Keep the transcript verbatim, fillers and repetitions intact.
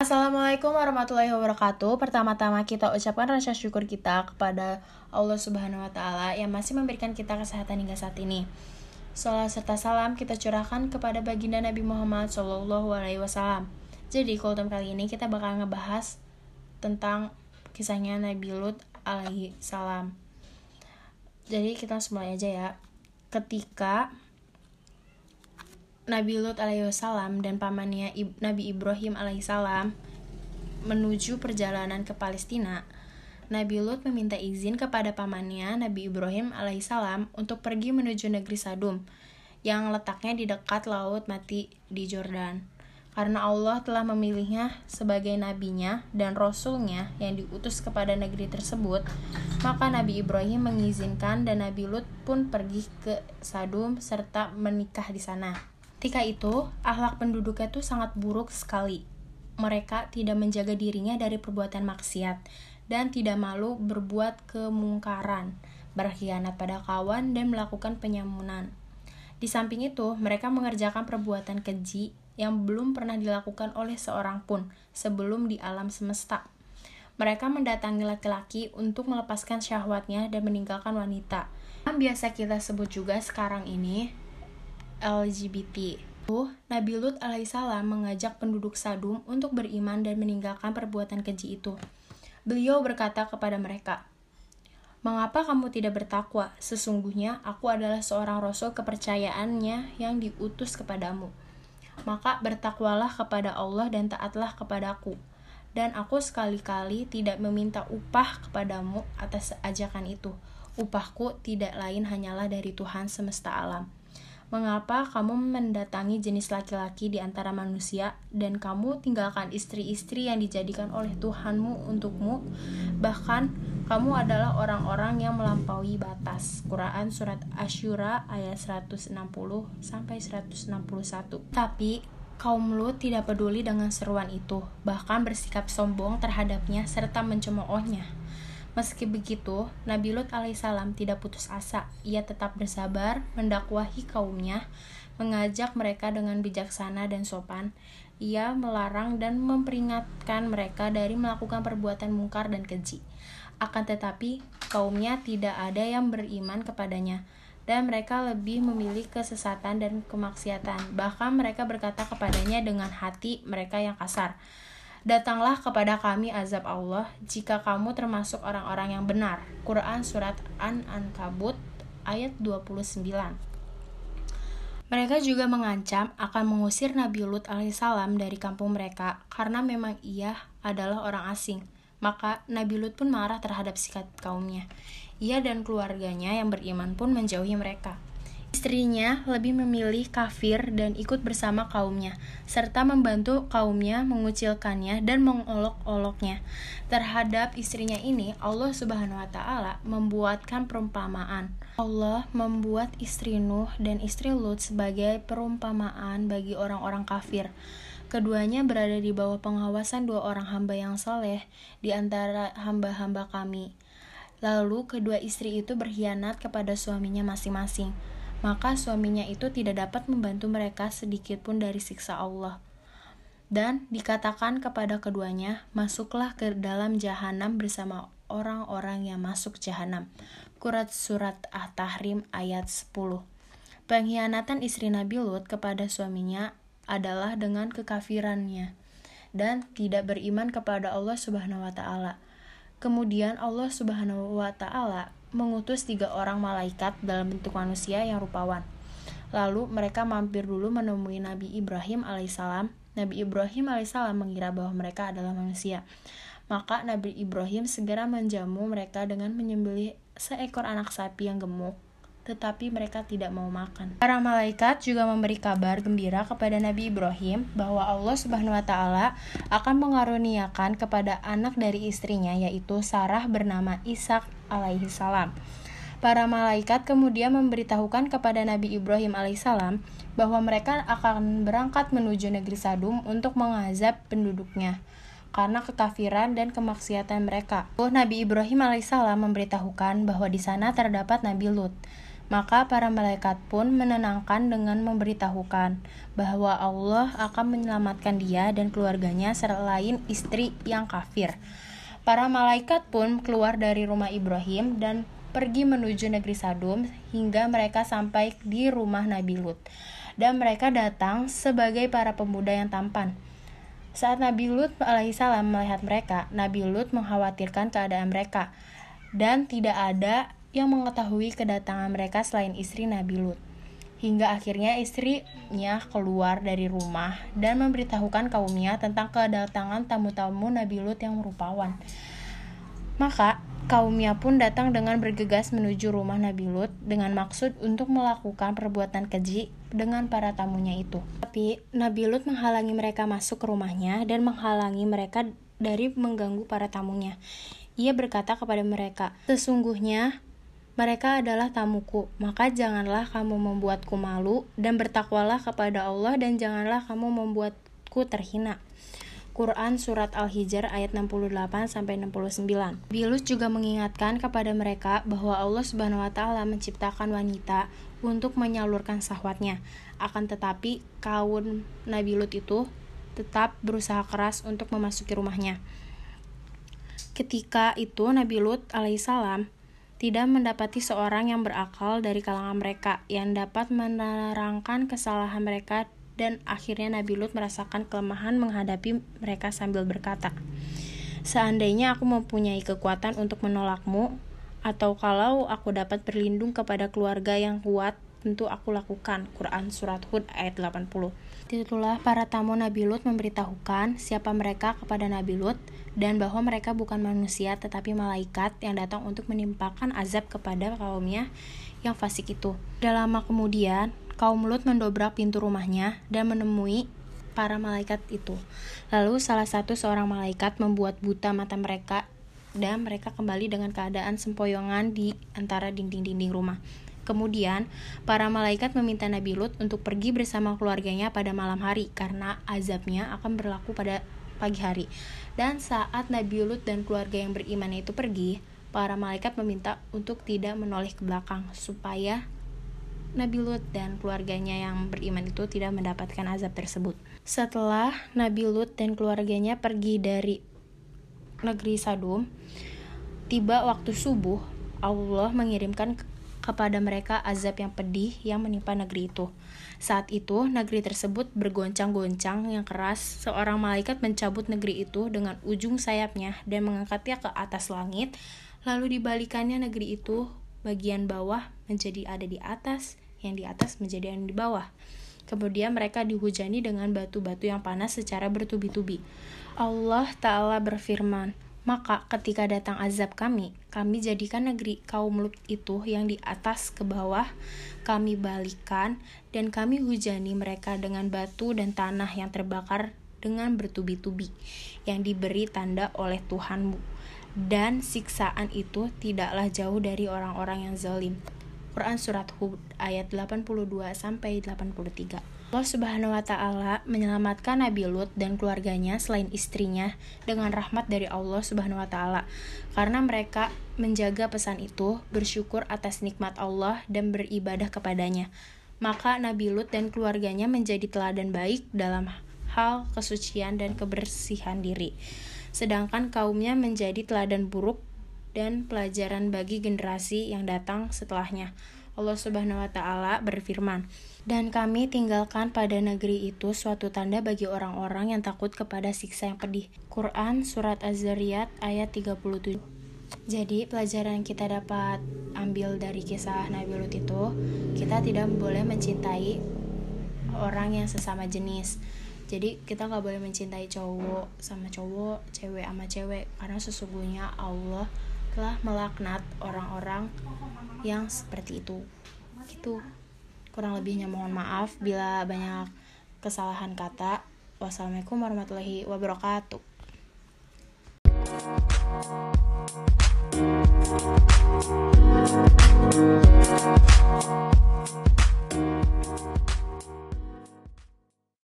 Assalamualaikum warahmatullahi wabarakatuh. Pertama-tama kita ucapkan rasa syukur kita kepada Allah Subhanahu wa Ta'ala yang masih memberikan kita kesehatan hingga saat ini. Salawat serta salam kita curahkan kepada baginda Nabi Muhammad Shallallahu Alaihi Wasallam. Jadi kultum kali ini kita bakal ngebahas tentang kisahnya Nabi Lut alaihi salam. Jadi kita langsung mulai aja ya. Ketika Nabi Lut alaihissalam dan pamannya Nabi Ibrahim alaihissalam menuju perjalanan ke Palestina, Nabi Lut meminta izin kepada pamannya Nabi Ibrahim alaihissalam untuk pergi menuju negeri Sadum yang letaknya di dekat Laut Mati di Yordan. Karena Allah telah memilihnya sebagai nabinya dan rasulnya yang diutus kepada negeri tersebut, maka Nabi Ibrahim mengizinkan dan Nabi Lut pun pergi ke Sadum serta menikah di sana. Ketika itu, akhlak penduduknya itu sangat buruk sekali. Mereka tidak menjaga dirinya dari perbuatan maksiat dan tidak malu berbuat kemungkaran, berkhianat pada kawan dan melakukan penyamunan. Di samping itu, mereka mengerjakan perbuatan keji yang belum pernah dilakukan oleh seorang pun sebelum di alam semesta. Mereka mendatangi laki-laki untuk melepaskan syahwatnya dan meninggalkan wanita. Yang biasa kita sebut juga sekarang ini L G B T. Nabi Lut alaihissalam mengajak penduduk Sadum untuk beriman dan meninggalkan perbuatan keji itu. Beliau berkata kepada mereka, "Mengapa kamu tidak bertakwa? Sesungguhnya aku adalah seorang rasul kepercayaannya yang diutus kepadamu. Maka bertakwalah kepada Allah dan taatlah kepadaku. Dan aku sekali-kali tidak meminta upah kepadamu atas ajakan itu. Upahku tidak lain hanyalah dari Tuhan semesta alam. Mengapa kamu mendatangi jenis laki-laki di antara manusia dan kamu tinggalkan istri-istri yang dijadikan oleh Tuhanmu untukmu? Bahkan kamu adalah orang-orang yang melampaui batas." Quran Surat Asy-Syura ayat seratus enam puluh sampai seratus enam puluh satu. Tapi kaum Lut tidak peduli dengan seruan itu, bahkan bersikap sombong terhadapnya serta mencemoohnya. Meski begitu, Nabi Lut alaihissalam tidak putus asa. Ia tetap bersabar, mendakwahi kaumnya, mengajak mereka dengan bijaksana dan sopan. Ia melarang dan memperingatkan mereka dari melakukan perbuatan mungkar dan keji. Akan tetapi, kaumnya tidak ada yang beriman kepadanya, dan mereka lebih memilih kesesatan dan kemaksiatan. Bahkan mereka berkata kepadanya dengan hati mereka yang kasar, "Datanglah kepada kami azab Allah jika kamu termasuk orang-orang yang benar." Quran Surat An-Ankabut ayat dua puluh sembilan. Mereka juga mengancam akan mengusir Nabi Lut alaihissalam dari kampung mereka karena memang ia adalah orang asing. Maka Nabi Lut pun marah terhadap sikap kaumnya. Ia dan keluarganya yang beriman pun menjauhi mereka. Istrinya lebih memilih kafir dan ikut bersama kaumnya, serta membantu kaumnya mengucilkannya dan mengolok-oloknya. Terhadap istrinya ini, Allah Subhanahu wa Ta'ala membuatkan perumpamaan. Allah membuat istri Nuh dan istri Lut sebagai perumpamaan bagi orang-orang kafir. Keduanya berada di bawah pengawasan dua orang hamba yang saleh di antara hamba-hamba kami. Lalu kedua istri itu berkhianat kepada suaminya masing-masing. Maka suaminya itu tidak dapat membantu mereka sedikit pun dari siksa Allah. Dan dikatakan kepada keduanya, "Masuklah ke dalam jahanam bersama orang-orang yang masuk jahanam." Quran Surat At-Tahrim ayat sepuluh. Pengkhianatan istri Nabi Lut kepada suaminya adalah dengan kekafirannya dan tidak beriman kepada Allah Subhanahu wa Ta'ala. Kemudian Allah Subhanahu wa Ta'ala mengutus tiga orang malaikat dalam bentuk manusia yang rupawan. Lalu mereka mampir dulu menemui Nabi Ibrahim alaihissalam. Nabi Ibrahim alaihissalam mengira bahwa mereka adalah manusia. Maka Nabi Ibrahim segera menjamu mereka dengan menyembelih seekor anak sapi yang gemuk, tetapi mereka tidak mau makan. Para malaikat juga memberi kabar gembira kepada Nabi Ibrahim bahwa Allah Subhanahu wa Ta'ala akan mengaruniakan kepada anak dari istrinya, yaitu Sarah bernama Ishak alaihissalam. Para malaikat kemudian memberitahukan kepada Nabi Ibrahim alaihissalam bahwa mereka akan berangkat menuju negeri Sadum untuk mengazab penduduknya karena kekafiran dan kemaksiatan mereka. Nabi Ibrahim alaihissalam memberitahukan bahwa di sana terdapat Nabi Lut. Maka para malaikat pun menenangkan dengan memberitahukan bahwa Allah akan menyelamatkan dia dan keluarganya selain istri yang kafir. Para malaikat pun keluar dari rumah Ibrahim dan pergi menuju negeri Sadum hingga mereka sampai di rumah Nabi Lut. Dan mereka datang sebagai para pemuda yang tampan. Saat Nabi Lut alaihissalam melihat mereka, Nabi Lut mengkhawatirkan keadaan mereka, dan tidak ada yang mengetahui kedatangan mereka selain istri Nabi Lut. Hingga akhirnya istrinya keluar dari rumah dan memberitahukan kaumnya tentang kedatangan tamu-tamu Nabi Lut yang rupawan. Maka kaumnya pun datang dengan bergegas menuju rumah Nabi Lut dengan maksud untuk melakukan perbuatan keji dengan para tamunya itu. Tapi Nabi Lut menghalangi mereka masuk ke rumahnya dan menghalangi mereka dari mengganggu para tamunya. Ia berkata kepada mereka, "Sesungguhnya mereka adalah tamuku, maka janganlah kamu membuatku malu dan bertakwalah kepada Allah dan janganlah kamu membuatku terhina." Quran Surat Al-Hijr ayat enam puluh delapan sampai enam puluh sembilan. Nabi Lut juga mengingatkan kepada mereka bahwa Allah Subhanahu wa taala menciptakan wanita untuk menyalurkan syahwatnya. Akan tetapi kaum Nabi Lut itu tetap berusaha keras untuk memasuki rumahnya. Ketika itu Nabi Lut alaihissalam tidak mendapati seorang yang berakal dari kalangan mereka yang dapat menerangkan kesalahan mereka. Dan akhirnya Nabi Lut merasakan kelemahan menghadapi mereka sambil berkata, "Seandainya aku mempunyai kekuatan untuk menolakmu, atau kalau aku dapat berlindung kepada keluarga yang kuat, tentu aku lakukan." Quran Surat Hud ayat delapan puluh. Itulah para tamu Nabi Lut memberitahukan siapa mereka kepada Nabi Lut dan bahwa mereka bukan manusia tetapi malaikat yang datang untuk menimpakan azab kepada kaumnya yang fasik itu. Tidak lama kemudian, kaum Lut mendobrak pintu rumahnya dan menemui para malaikat itu. Lalu salah satu seorang malaikat membuat buta mata mereka dan mereka kembali dengan keadaan sempoyongan di antara dinding-dinding rumah. Kemudian, para malaikat meminta Nabi Lut untuk pergi bersama keluarganya pada malam hari karena azabnya akan berlaku pada pagi hari. Dan saat Nabi Lut dan keluarga yang beriman itu pergi, para malaikat meminta untuk tidak menoleh ke belakang supaya Nabi Lut dan keluarganya yang beriman itu tidak mendapatkan azab tersebut. Setelah Nabi Lut dan keluarganya pergi dari negeri Sadum, tiba waktu subuh, Allah mengirimkan kepada mereka azab yang pedih yang menimpa negeri itu. Saat itu, negeri tersebut bergoncang-goncang yang keras. Seorang malaikat mencabut negeri itu dengan ujung sayapnya dan mengangkatnya ke atas langit. Lalu dibalikannya negeri itu, bagian bawah menjadi ada di atas, yang di atas menjadi yang di bawah. Kemudian mereka dihujani dengan batu-batu yang panas secara bertubi-tubi. Allah Ta'ala berfirman, "Maka ketika datang azab kami, kami jadikan negeri kaum Lut itu yang di atas ke bawah, kami balikan, dan kami hujani mereka dengan batu dan tanah yang terbakar dengan bertubi-tubi, yang diberi tanda oleh Tuhanmu. Dan siksaan itu tidaklah jauh dari orang-orang yang zalim." Quran Surat Hud ayat delapan puluh dua sampai delapan puluh tiga. Allah Subhanahu wa taala menyelamatkan Nabi Lut dan keluarganya selain istrinya dengan rahmat dari Allah Subhanahu wa taala. Karena mereka menjaga pesan itu, bersyukur atas nikmat Allah dan beribadah kepadanya. Maka Nabi Lut dan keluarganya menjadi teladan baik dalam hal kesucian dan kebersihan diri. Sedangkan kaumnya menjadi teladan buruk dan pelajaran bagi generasi yang datang setelahnya. Allah Subhanahu wa taala berfirman, "Dan kami tinggalkan pada negeri itu suatu tanda bagi orang-orang yang takut kepada siksa yang pedih." Quran Surat Az-Zariyat ayat tiga puluh tujuh. Jadi pelajaran yang kita dapat ambil dari kisah Nabi Lut itu, kita tidak boleh mencintai orang yang sesama jenis. Jadi kita gak boleh mencintai cowok sama cowok, cewek sama cewek, karena sesungguhnya Allah telah melaknat orang-orang yang seperti itu. Gitu. Kurang lebihnya mohon maaf bila banyak kesalahan kata. Wassalamualaikum warahmatullahi wabarakatuh.